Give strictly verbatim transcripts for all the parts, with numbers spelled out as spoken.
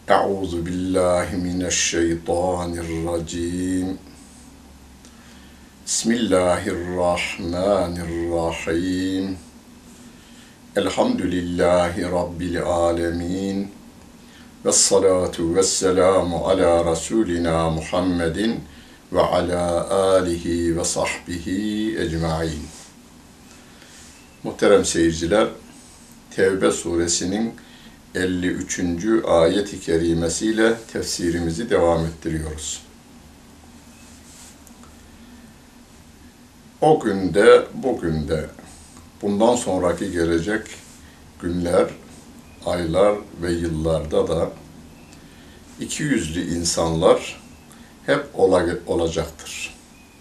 Euzu billahi mineşşeytanirracim. Bismillahirrahmanirrahim. Elhamdülillahi Rabbil alemin. Vessalatu vesselamu ala Resulina Muhammedin ve ala alihi ve sahbihi ecmain. Muhterem seyirciler, Tevbe suresinin elli üçüncü ayet-i kerimesiyle tefsirimizi devam ettiriyoruz. O günde, bugün de, bundan sonraki gelecek günler, aylar ve yıllarda da iki yüzlü insanlar hep olacaktır.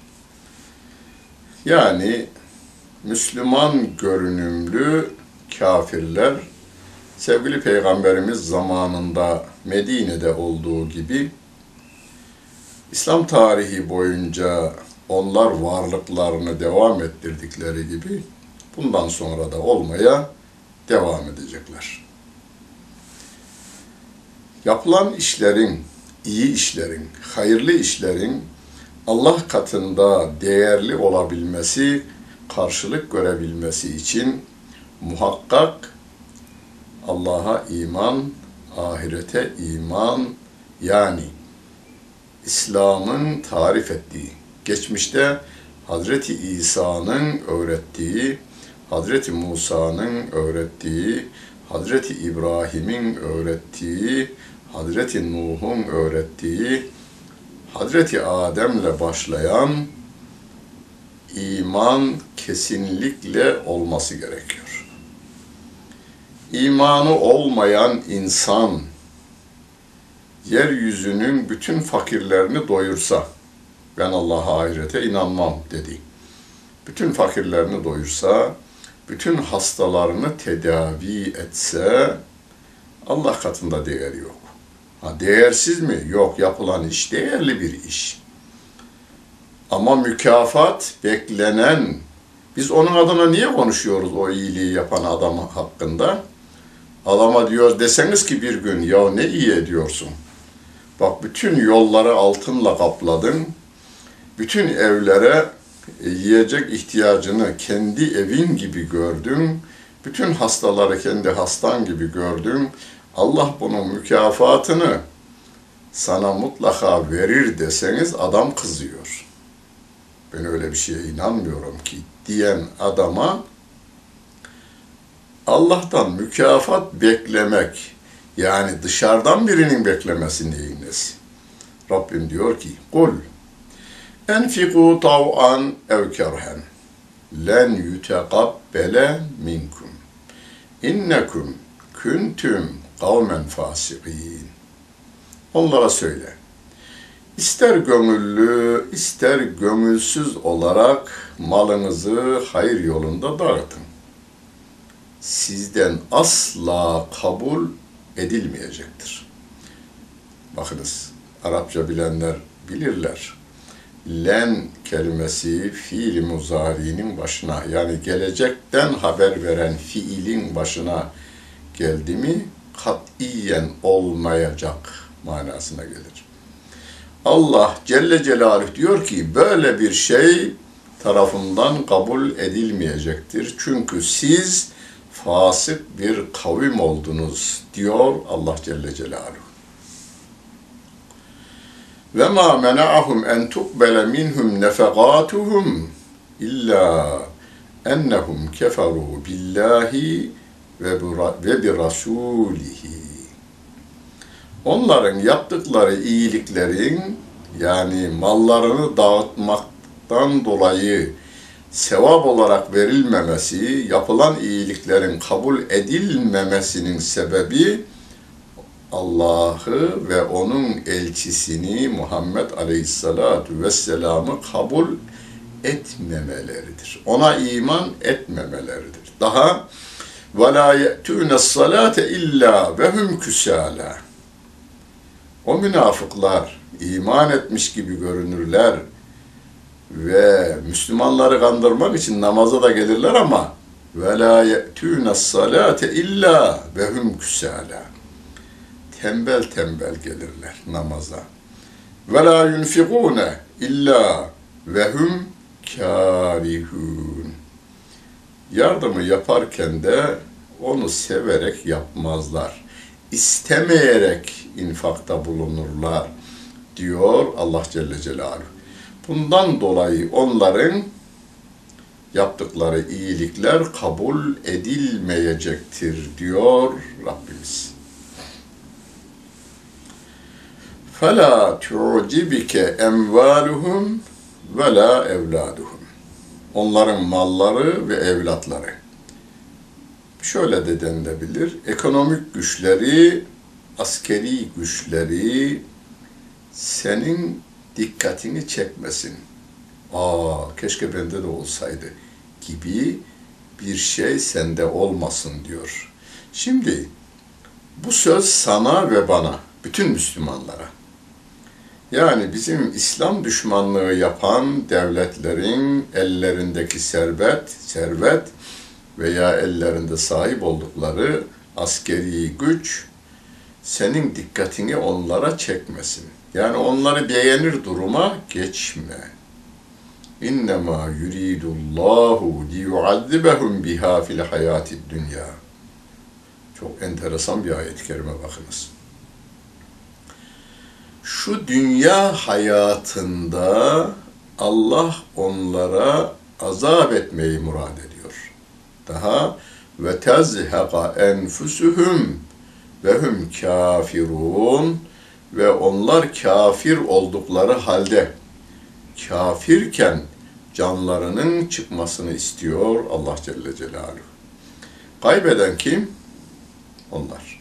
Yani Müslüman görünümlü kafirler, sevgili Peygamberimiz zamanında Medine'de olduğu gibi, İslam tarihi boyunca onlar varlıklarını devam ettirdikleri gibi, bundan sonra da olmaya devam edecekler. Yapılan işlerin, iyi işlerin, hayırlı işlerin Allah katında değerli olabilmesi, karşılık görebilmesi için muhakkak Allah'a iman, ahirete iman, yani İslam'ın tarif ettiği, geçmişte Hazreti İsa'nın öğrettiği, Hazreti Musa'nın öğrettiği, Hazreti İbrahim'in öğrettiği, Hazreti Nuh'un öğrettiği, Hazreti Adem'le başlayan iman kesinlikle olması gerekiyor. İmanı olmayan insan, yeryüzünün bütün fakirlerini doyursa, ben Allah'a ahirete inanmam dedi. Bütün fakirlerini doyursa, bütün hastalarını tedavi etse, Allah katında değeri yok. Ha, değersiz mi? Yok, yapılan iş değerli bir iş. Ama mükafat beklenen, biz onun adına niye konuşuyoruz o iyiliği yapan adam hakkında? Adama diyor deseniz ki bir gün, ya ne iyi ediyorsun. Bak bütün yolları altınla kapladın, bütün evlere yiyecek ihtiyacını kendi evin gibi gördün, bütün hastaları kendi hastan gibi gördün. Allah bunun mükafatını sana mutlaka verir deseniz adam kızıyor. Ben öyle bir şeye inanmıyorum ki diyen adama Allah'tan mükafat beklemek, yani dışarıdan birinin beklemesi neyin nesi? Rabbim diyor ki, kul enfiku tav'an ev kerhen len yuteqabbele minkum innekum kuntum kavmen fasikin. Onlara söyle, İster gönüllü, ister gönülsüz olarak malınızı hayır yolunda dağıtın. Sizden asla kabul edilmeyecektir. Bakınız, Arapça bilenler bilirler. Len kelimesi fiil-i muzari'nin başına, yani gelecekten haber veren fiilin başına geldi mi, katiyen olmayacak manasına gelir. Allah Celle Celaluhu diyor ki böyle bir şey tarafından kabul edilmeyecektir. Çünkü siz fasık bir kavim oldunuz diyor Allah Celle Celaluhu. Ve ma mena'ahum en tuqbele minhum nefegatuhum illa ennehum keferu billahi ve bi rasulihi. Onların yaptıkları iyiliklerin, yani mallarını dağıtmaktan dolayı sevap olarak verilmemesi, yapılan iyiliklerin kabul edilmemesinin sebebi Allah'ı ve onun elçisini Muhammed Aleyhisselatü Vesselam'ı kabul etmemeleridir. Ona iman etmemeleridir. Daha وَلَا يَأْتُونَ الصَّلَاةَ اِلَّا وَهُمْ كُسَالًا. O münafıklar iman etmiş gibi görünürler ve Müslümanları kandırmak için namaza da gelirler ama وَلَا يَأْتُونَ الصَّلَاةَ اِلَّا وَهُمْ كُسَالًا. tembel tembel gelirler namaza. Ve la yunfikune illa ve hum kârihûn. Yardımı yaparken de onu severek yapmazlar. İstemeyerek infakta bulunurlar diyor Allah Celle Celaluhu. Bundan dolayı onların yaptıkları iyilikler kabul edilmeyecektir diyor Rabbimiz. فَلَا تُعْجِبِكَ اَمْوَالُهُمْ وَلَا اَوْلَادُهُمْ. Onların malları ve evlatları. Şöyle de denilebilir. Ekonomik güçleri, askeri güçleri senin dikkatini çekmesin. Aa, keşke bende de olsaydı gibi bir şey sende olmasın diyor. Şimdi bu söz sana ve bana, bütün Müslümanlara. Yani bizim İslam düşmanlığı yapan devletlerin ellerindeki servet, servet veya ellerinde sahip oldukları askeri güç senin dikkatini onlara çekmesin. Yani onları beğenir duruma geçme. İnnemâ yuridullahu liyuazzibehum biha fil hayatid dünya. Çok enteresan bir ayet-i kerime bakınız. Şu dünya hayatında Allah onlara azap etmeyi murad ediyor. Daha ve tezheqa enfusuhum ve hum kafirun ve onlar kafir oldukları halde kafirken canlarının çıkmasını istiyor Allah Celle Celaluhu. Kaybeden kim? Onlar.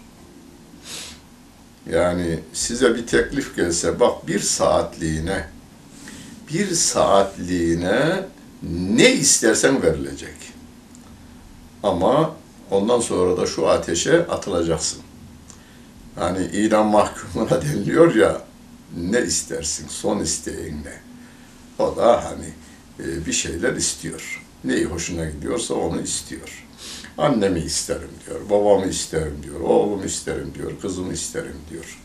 Yani size bir teklif gelse, bak bir saatliğine, bir saatliğine ne istersen verilecek. Ama ondan sonra da şu ateşe atılacaksın. Hani idam mahkumuna deniliyor ya, ne istersin, son isteğin ne? O da hani e, bir şeyler istiyor. Neyi hoşuna gidiyorsa onu istiyor. Annemi isterim diyor, babamı isterim diyor, oğlumu isterim diyor, kızımı isterim diyor.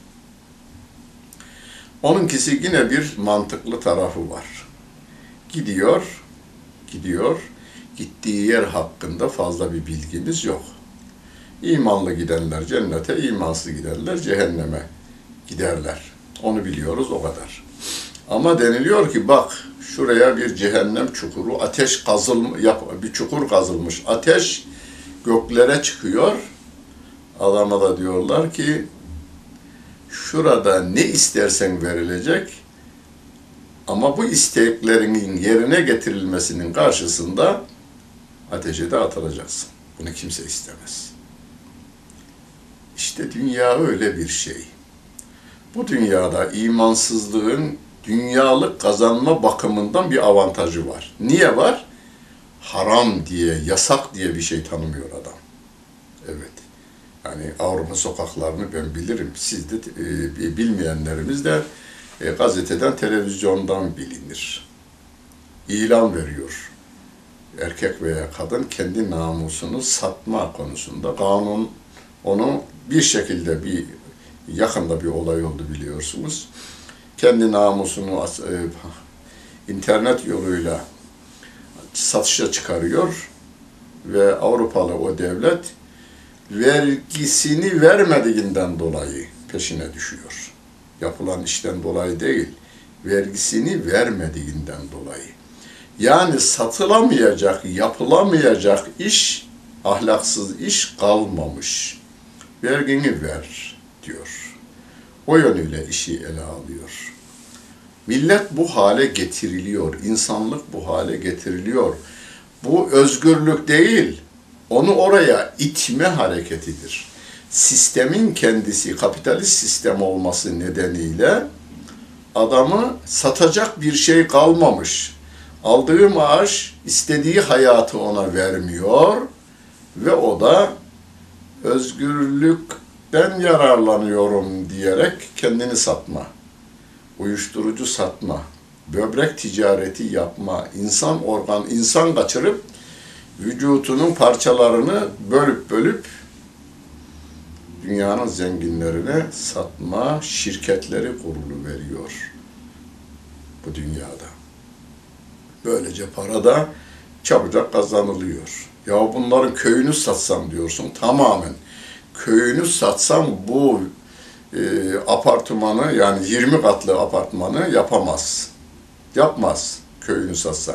Onunkisi yine bir mantıklı tarafı var. Gidiyor, gidiyor, gittiği yer hakkında fazla bir bilgimiz yok. İmanlı gidenler cennete, imansız gidenler cehenneme giderler. Onu biliyoruz o kadar. Ama deniliyor ki bak şuraya bir cehennem çukuru, ateş kazılmış, bir çukur kazılmış, ateş göklere çıkıyor. Adama da diyorlar ki şurada ne istersen verilecek ama bu isteklerinin yerine getirilmesinin karşısında ateşe de atılacaksın. Bunu kimse istemez. İşte dünya öyle bir şey. Bu dünyada imansızlığın dünyalık kazanma bakımından bir avantajı var. Niye var? Haram diye, yasak diye bir şey tanımıyor adam. Evet. Yani Avrupa sokaklarını ben bilirim. Siz de e, bilmeyenlerimiz de e, gazeteden, televizyondan bilinir. İlan veriyor. Erkek veya kadın kendi namusunu satma konusunda kanun onu bir şekilde bir yakında bir olay oldu biliyorsunuz. Kendi namusunu e, internet yoluyla satışa çıkarıyor ve Avrupalı o devlet vergisini vermediğinden dolayı peşine düşüyor. Yapılan işten dolayı değil, vergisini vermediğinden dolayı. Yani satılamayacak, yapılamayacak iş, ahlaksız iş kalmamış. Vergini ver diyor. O yönüyle işi ele alıyor. Millet bu hale getiriliyor, insanlık bu hale getiriliyor. Bu özgürlük değil, onu oraya itme hareketidir. Sistemin kendisi, kapitalist sistem olması nedeniyle adamı satacak bir şey kalmamış. Aldığı maaş istediği hayatı ona vermiyor ve o da özgürlükten yararlanıyorum diyerek kendini satma, uyuşturucu satma, böbrek ticareti yapma, insan organ, insan kaçırıp vücutunun parçalarını bölüp bölüp dünyanın zenginlerine satma şirketleri kurulu veriyor bu dünyada. Böylece para da çabucak kazanılıyor. Ya bunların köyünü satsam diyorsun, tamamen köyünü satsam bu e, apartmanı, yani yirmi katlı apartmanı yapamaz. Yapmaz köyünü satsan.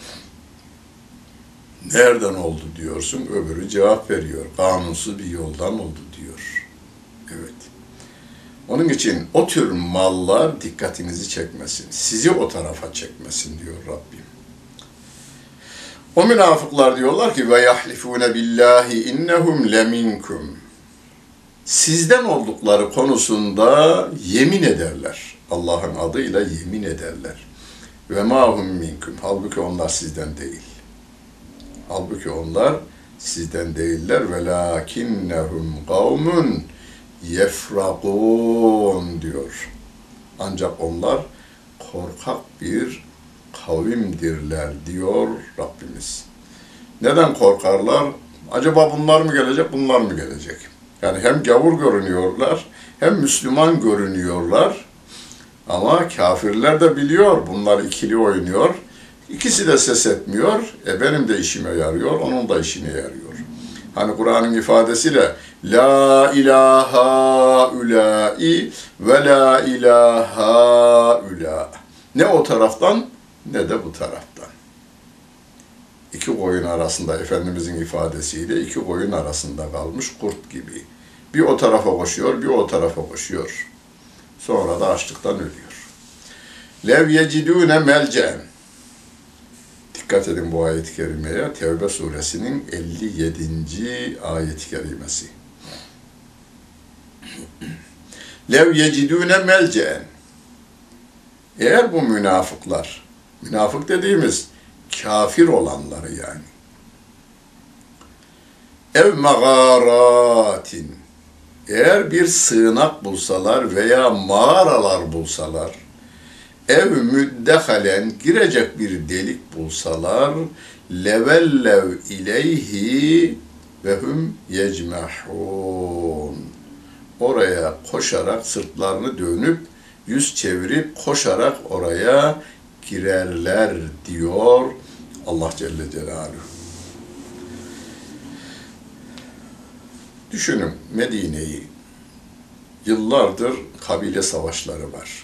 Nereden oldu diyorsun, öbürü cevap veriyor. Kanunsuz bir yoldan oldu diyor. Evet. Onun için o tür mallar dikkatinizi çekmesin. Sizi o tarafa çekmesin diyor Rabbim. O münafıklar diyorlar ki ve yahlifune billahi innehum leminkum. Sizden oldukları konusunda yemin ederler. Allah'ın adıyla yemin ederler. Ve ma hum minkum. Halbuki onlar sizden değil. Halbuki onlar sizden değiller. Velakinnehum kavmun yefrakun diyor. Ancak onlar korkak bir kavimdirler diyor Rabbimiz. Neden korkarlar? Acaba bunlar mı gelecek, bunlar mı gelecek? Yani hem gavur görünüyorlar, hem Müslüman görünüyorlar. Ama kafirler de biliyor, bunlar ikili oynuyor. İkisi de ses etmiyor. E benim de işime yarıyor, onun da işine yarıyor. Hani Kur'an'ın ifadesiyle La ilaha ülâi ve la ilaha ülâ. Ne o taraftan ne de bu taraftan. İki koyun arasında, Efendimizin ifadesiyle iki koyun arasında kalmış kurt gibi. Bir o tarafa koşuyor, bir o tarafa koşuyor. Sonra da açlıktan ölüyor. Lev yecidûne melcen. Dikkat edin bu ayet-i kerimeye. Tevbe suresinin elli yedinci ayet-i kerimesi. Lev yecidûne melcen. Eğer bu münafıklar, münafık dediğimiz kafir olanları yani, ev mağaratin, eğer bir sığınak bulsalar veya mağaralar bulsalar, ev müddehalen, girecek bir delik bulsalar, levellev ileyhi ve hum yecmehun. Oraya koşarak, sırtlarını dönüp, yüz çevirip koşarak oraya girerler diyor Allah Celle Celaluhu. Düşünün Medine'yi. Yıllardır kabile savaşları var.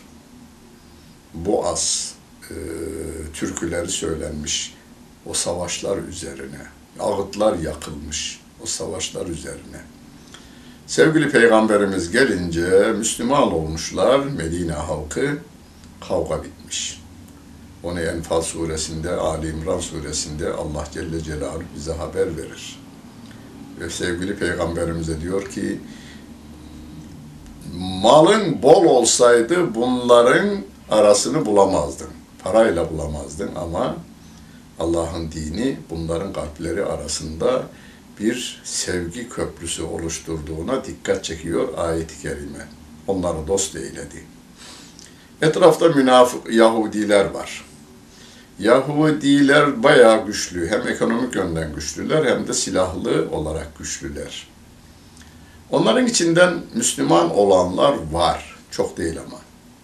Boğaz e, türküleri söylenmiş o savaşlar üzerine. Ağıtlar yakılmış o savaşlar üzerine. Sevgili Peygamberimiz gelince Müslüman olmuşlar, Medine halkı, kavga bitmiş. Onu Enfal suresinde, Ali İmran suresinde Allah Celle Celaluhu bize haber verir. Ve sevgili Peygamberimize diyor ki, malın bol olsaydı bunların arasını bulamazdın. Parayla bulamazdın ama Allah'ın dini bunların kalpleri arasında bir sevgi köprüsü oluşturduğuna dikkat çekiyor ayet-i kerime. Onları dost eyledi. Etrafta münafık Yahudiler var. Yahudiler bayağı güçlü. Hem ekonomik yönden güçlüler hem de silahlı olarak güçlüler. Onların içinden Müslüman olanlar var. Çok değil ama.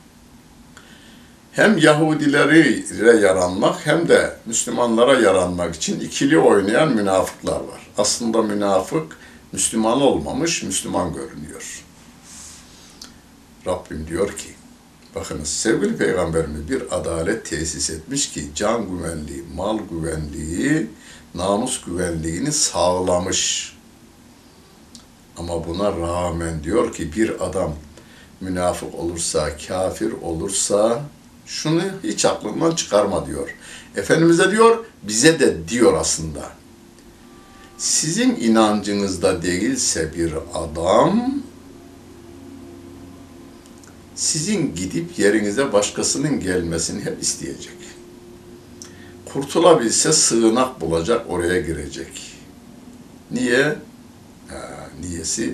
Hem Yahudilere yaranmak hem de Müslümanlara yaranmak için ikili oynayan münafıklar var. Aslında münafık Müslüman olmamış, Müslüman görünüyor. Rabbim diyor ki, bakınız sevgili Peygamberimiz bir adalet tesis etmiş ki can güvenliği, mal güvenliği, namus güvenliğini sağlamış. Ama buna rağmen diyor ki bir adam münafık olursa, kafir olursa şunu hiç aklından çıkarma diyor. Efendimiz'e diyor, bize de diyor aslında. Sizin inancınızda değilse bir adam, sizin gidip yerinize başkasının gelmesini hep isteyecek. Kurtulabilse sığınak bulacak, oraya girecek. Niye? Ha, niyesi?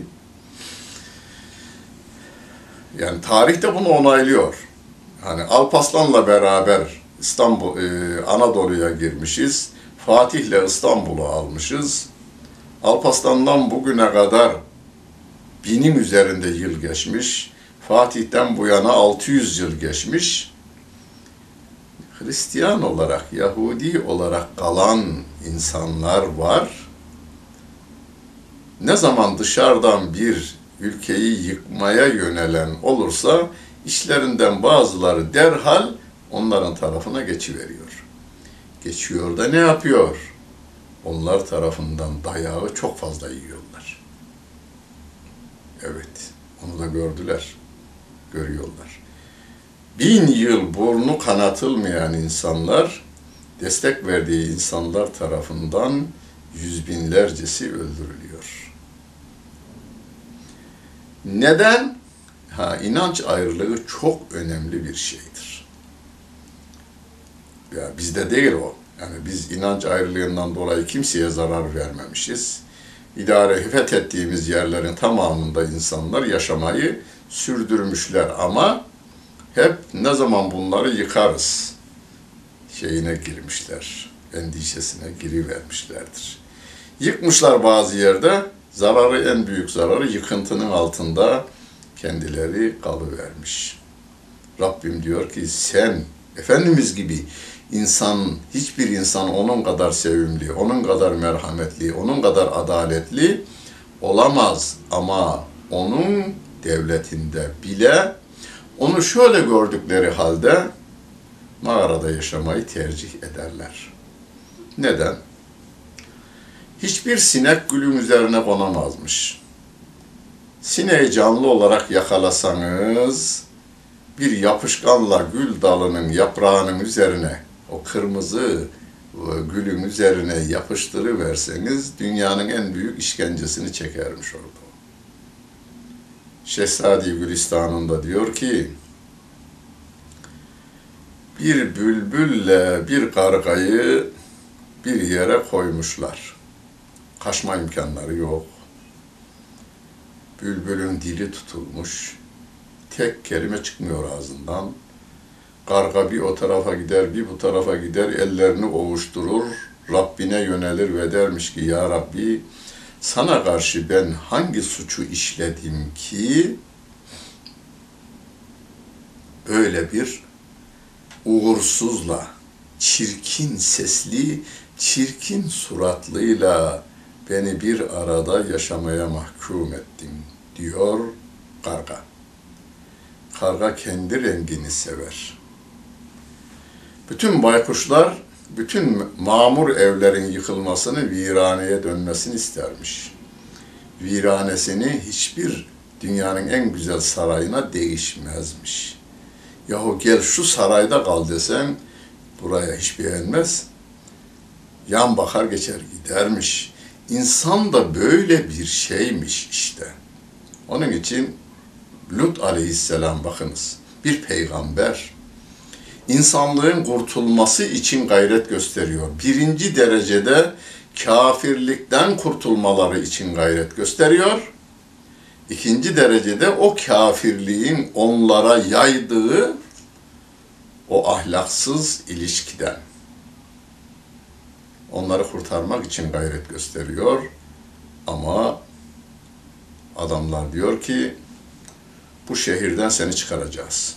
Yani tarih de bunu onaylıyor. Hani Alparslan'la beraber İstanbul, e, Anadolu'ya girmişiz. Fatih'le İstanbul'u almışız. Alparslan'dan bugüne kadar binin üzerinde yıl geçmiş. Fatih'ten bu yana altı yüz yıl geçmiş. Hristiyan olarak, Yahudi olarak kalan insanlar var. Ne zaman dışarıdan bir ülkeyi yıkmaya yönelen olursa işlerinden bazıları derhal onların tarafına geçiveriyor. Geçiyor da ne yapıyor? Onlar tarafından dayağı çok fazla yiyorlar. Evet, onu da gördüler, görüyorlar. Bin yıl burnu kanatılmayan insanlar, destek verdiği insanlar tarafından yüz binlercesi öldürülüyor. Neden? Ha, inanç ayrılığı çok önemli bir şeydir. Ya bizde değil o. Yani biz inanç ayrılığından dolayı kimseye zarar vermemişiz. İdare fethettiğimiz yerlerin tamamında insanlar yaşamayı sürdürmüşler ama hep ne zaman bunları yıkarız şeyine girmişler, endişesine girivermişlerdir. Yıkmışlar bazı yerde, zararı en büyük zararı yıkıntının altında kendileri kalıvermiş. Rabbim diyor ki sen Efendimiz gibi insan, hiçbir insan onun kadar sevimli, onun kadar merhametli, onun kadar adaletli olamaz ama onun devletinde bile onu şöyle gördükleri halde mağarada yaşamayı tercih ederler. Neden? Hiçbir sinek gülün üzerine konamazmış. Sineği canlı olarak yakalasanız bir yapışkanla gül dalının yaprağının üzerine, o kırmızı gülün üzerine yapıştırıverseniz dünyanın en büyük işkencesini çekermiş orada. Şehzade Gülistan'ında diyor ki, bir bülbülle bir kargayı bir yere koymuşlar. Kaçma imkanları yok. Bülbülün dili tutulmuş. Tek kelime çıkmıyor ağzından. Karga bir o tarafa gider, bir bu tarafa gider, ellerini ovuşturur, Rabbine yönelir ve dermiş ki, Ya Rabbi, sana karşı ben hangi suçu işledim ki öyle bir uğursuzla, çirkin sesli, çirkin suratlıyla beni bir arada yaşamaya mahkum ettin, diyor karga. Karga kendi rengini sever. Bütün baykuşlar, bütün mamur evlerin yıkılmasını, viraneye dönmesini istermiş. Viranesini hiçbir dünyanın en güzel sarayına değişmezmiş. Yahu gel şu sarayda kal desen, buraya hiç beğenmez. Yan bakar geçer gidermiş. İnsan da böyle bir şeymiş işte. Onun için Lut aleyhisselam bakınız, bir peygamber, insanlığın kurtulması için gayret gösteriyor. Birinci derecede kafirlikten kurtulmaları için gayret gösteriyor. İkinci derecede o kafirliğin onlara yaydığı o ahlaksız ilişkiden onları kurtarmak için gayret gösteriyor. Ama adamlar diyor ki, bu şehirden seni çıkaracağız.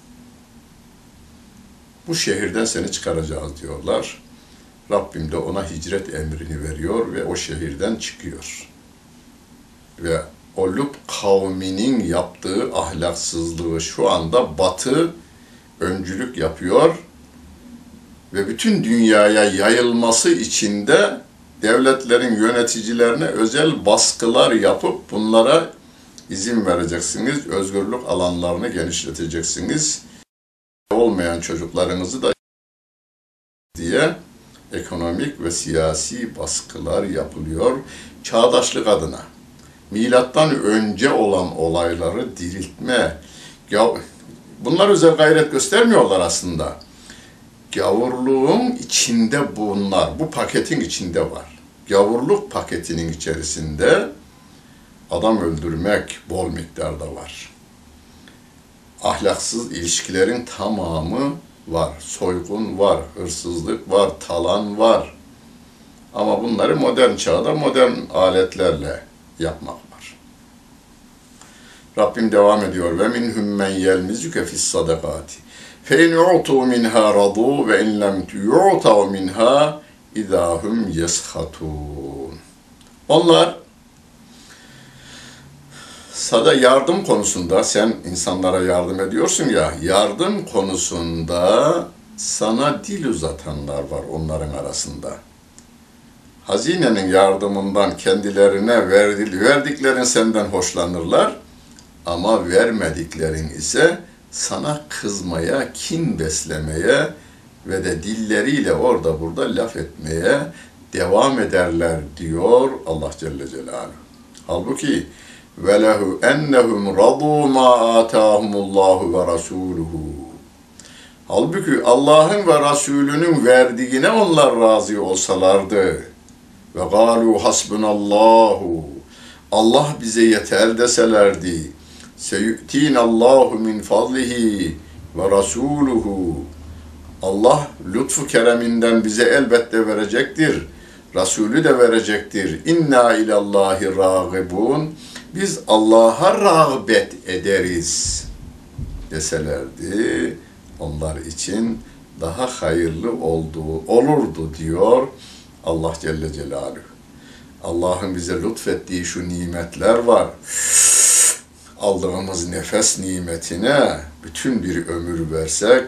Bu şehirden seni çıkaracağız diyorlar. Rabbim de ona hicret emrini veriyor ve o şehirden çıkıyor. Ve o Lut kavminin yaptığı ahlaksızlığı şu anda Batı öncülük yapıyor ve bütün dünyaya yayılması için de devletlerin yöneticilerine özel baskılar yapıp bunlara izin vereceksiniz, özgürlük alanlarını genişleteceksiniz, olmayan çocuklarınızı da diye ekonomik ve siyasi baskılar yapılıyor çağdaşlık adına. Milattan önce olan olayları diriltme, bunlar özel gayret göstermiyorlar aslında. Gavurluğun içinde bunlar, bu paketin içinde var. Gavurluk paketinin içerisinde adam öldürmek bol miktarda var. Ahlaksız ilişkilerin tamamı var. Soygun var, hırsızlık var, talan var. Ama bunları modern çağda modern aletlerle yapmak var. Rabbim devam ediyor. Ve minhum men yelmizuke fis sadakati. Fe in u'tu minha radu ve in lem yu'ta minha idahum yeshatun. Onlar sada yardım konusunda, sen insanlara yardım ediyorsun ya, yardım konusunda sana dil uzatanlar var onların arasında. Hazinenin yardımından kendilerine verdi, verdiklerin senden hoşlanırlar ama vermediklerin ise sana kızmaya, kin beslemeye ve de dilleriyle orada burada laf etmeye devam ederler diyor Allah Celle Celaluhu. Halbuki velehu ennehum radu ma atahumullahu ve rasuluhu. Halbuki Allah'ın ve Resulünün verdiğine onlar razı olsalardı. Ve galu hasbunallahu. Allah bize yeter deselerdi. Seyu'tinallahu min fadlihi ve rasuluhu. Allah lütfu kereminden bize elbette verecektir. Resulü de verecektir. İnna ilallahi râgibun. Biz Allah'a rağbet ederiz deselerdi. Onlar için daha hayırlı olduğu olurdu diyor Allah Celle Celaluhu. Allah'ın bize lütfettiği şu nimetler var. Aldığımız nefes nimetine bütün bir ömür versek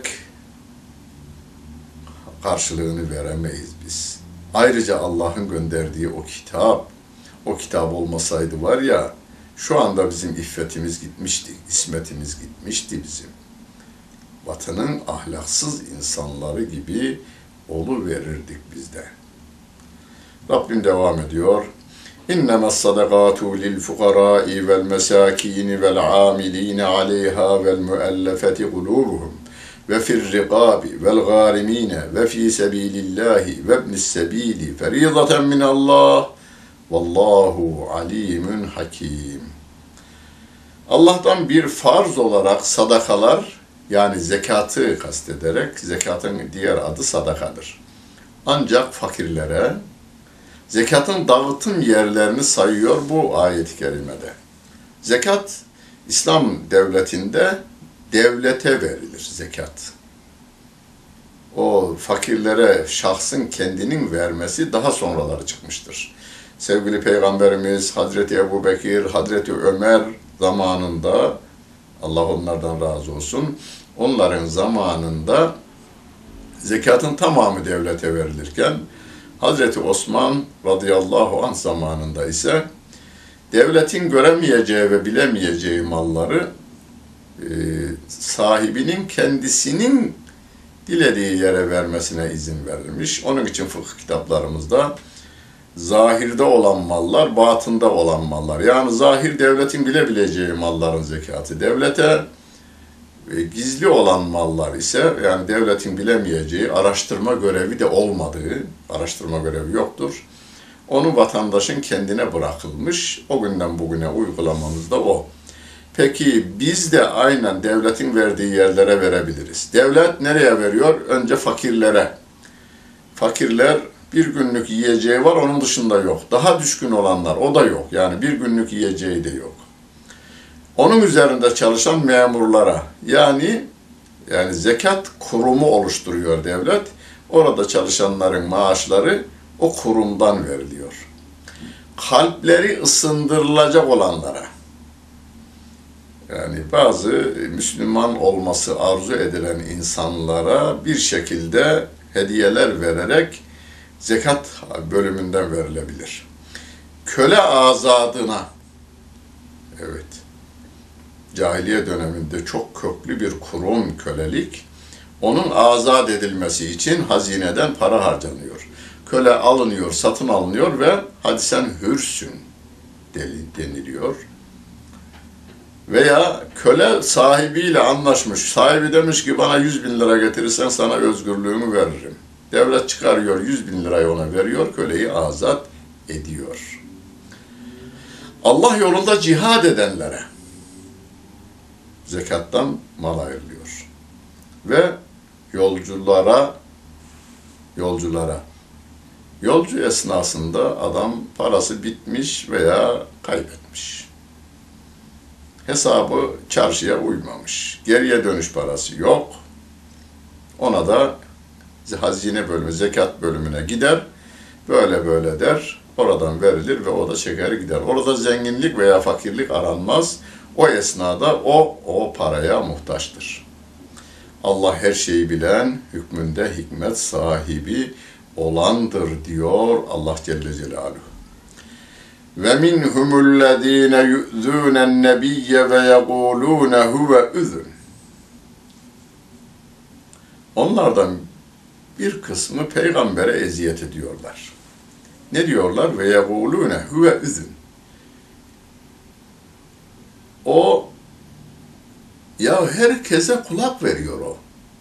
karşılığını veremeyiz biz. Ayrıca Allah'ın gönderdiği o kitap, o kitap olmasaydı var ya, şu anda bizim iffetimiz gitmişti, ismetimiz gitmişti bizim. Batının ahlaksız insanları gibi oluverirdik biz de. Rabbim devam ediyor. İnnemâs sadakâtu lil fukarâi vel mesâkîni vel âmilîne aleyhâ vel müellefeti kulûbuhum ve fir rikâbi vel gârimîne ve fî sebîlillâhi ve ibnis sebîli ferîzaten minallâh vallâhu alîmün hakîm. Allah'tan bir farz olarak sadakalar, yani zekatı kastederek, zekatın diğer adı sadakadır. Ancak fakirlere, zekatın dağıtım yerlerini sayıyor bu ayet-i kerimede. Zekat, İslam devletinde devlete verilir zekat. O fakirlere şahsın kendinin vermesi daha sonraları çıkmıştır. Sevgili Peygamberimiz Hazreti Ebu Bekir, Hazreti Ömer zamanında, Allah onlardan razı olsun, onların zamanında zekatın tamamı devlete verilirken, Hazreti Osman radıyallahu anh zamanında ise devletin göremeyeceği ve bilemeyeceği malları e, sahibinin kendisinin dilediği yere vermesine izin verilmiş. Onun için fıkıh kitaplarımızda zahirde olan mallar, batında olan mallar. Yani zahir devletin bilebileceği malların zekatı devlete, e, gizli olan mallar ise yani devletin bilemeyeceği, araştırma görevi de olmadığı, araştırma görevi yoktur. Onu vatandaşın kendine bırakılmış. O günden bugüne uygulamamız da o. Peki biz de aynen devletin verdiği yerlere verebiliriz. Devlet nereye veriyor? Önce fakirlere. Fakirler bir günlük yiyeceği var, onun dışında yok. Daha düşkün olanlar, o da yok. Yani bir günlük yiyeceği de yok. Onun üzerinde çalışan memurlara, yani yani zekat kurumu oluşturuyor devlet. Orada çalışanların maaşları o kurumdan veriliyor. Kalpleri ısındırılacak olanlara, yani bazı Müslüman olması arzu edilen insanlara bir şekilde hediyeler vererek zekat bölümünden verilebilir. Köle azadına, evet, cahiliye döneminde çok köklü bir kurum kölelik, onun azat edilmesi için hazineden para harcanıyor. Köle alınıyor, satın alınıyor ve hadi sen hürsün deniliyor. Veya köle sahibiyle anlaşmış. Sahibi demiş ki bana yüz bin lira getirirsen sana özgürlüğümü veririm. Devlet çıkarıyor, yüz bin lirayı ona veriyor, köleyi azat ediyor. Allah yolunda cihad edenlere zekattan mal ayrılıyor. Ve yolculara, yolculara, yolcu esnasında adam parası bitmiş veya kaybetmiş. hesabı çarşıya uymamış. Geriye dönüş parası yok. Ona da hazine bölümü, zekat bölümüne gider. Böyle böyle der. Oradan verilir ve o da çeker gider. Orada zenginlik veya fakirlik aranmaz. O esnada o, o paraya muhtaçtır. Allah her şeyi bilen, hükmünde hikmet sahibi olandır diyor Allah Celle Celaluhu. Ve minhumullezine yu'zûnen nebiyye ve yegûlûne huve üzün. Onlardan bir kısmı peygambere eziyet ediyorlar. Ne diyorlar? Ve yegûlûne huve üzün. O, ya herkese kulak veriyor o.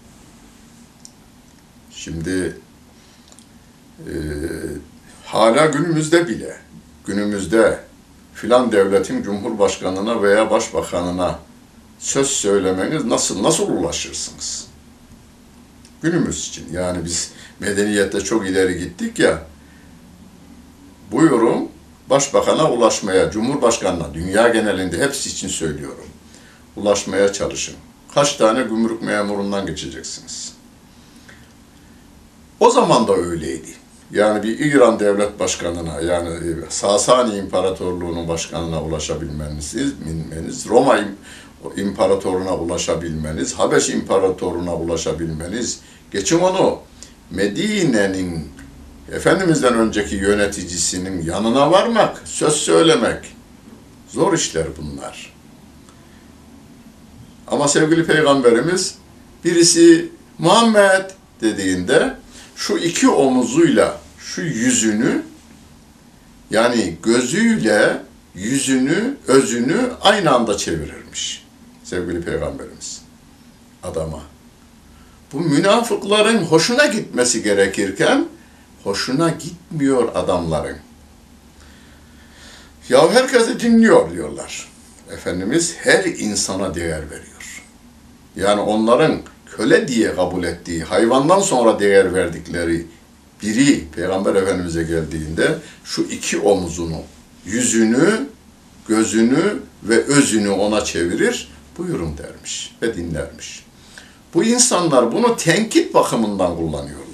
Şimdi e, hala günümüzde bile, günümüzde filan devletin cumhurbaşkanına veya başbakanına söz söylemeniz nasıl nasıl ulaşırsınız? Günümüz için. Yani biz medeniyette çok ileri gittik ya, buyurun başbakana ulaşmaya, cumhurbaşkanına, dünya genelinde hepsi için söylüyorum. Ulaşmaya çalışın. Kaç tane gümrük memurundan geçeceksiniz? O zaman da öyleydi. Yani bir İran devlet başkanına, yani Sasani İmparatorluğu'nun başkanına ulaşabilmeniz, bilmeniz, Roma İmparatorluğu'na ulaşabilmeniz, Habeş İmparatorluğu'na ulaşabilmeniz, geçin onu Medine'nin Efendimiz'den önceki yöneticisinin yanına varmak, söz söylemek, zor işler bunlar. Ama sevgili Peygamberimiz birisi Muhammed dediğinde şu iki omuzuyla şu yüzünü, yani gözüyle yüzünü, özünü aynı anda çevirirmiş sevgili Peygamberimiz adama. Bu münafıkların hoşuna gitmesi gerekirken hoşuna gitmiyor adamların. Ya herkesi dinliyor diyorlar. Efendimiz her insana değer veriyor. Yani onların köle diye kabul ettiği, hayvandan sonra değer verdikleri biri Peygamber Efendimiz'e geldiğinde şu iki omuzunu, yüzünü, gözünü ve özünü ona çevirir, buyurun dermiş ve dinlermiş. Bu insanlar bunu tenkit bakımından kullanıyor.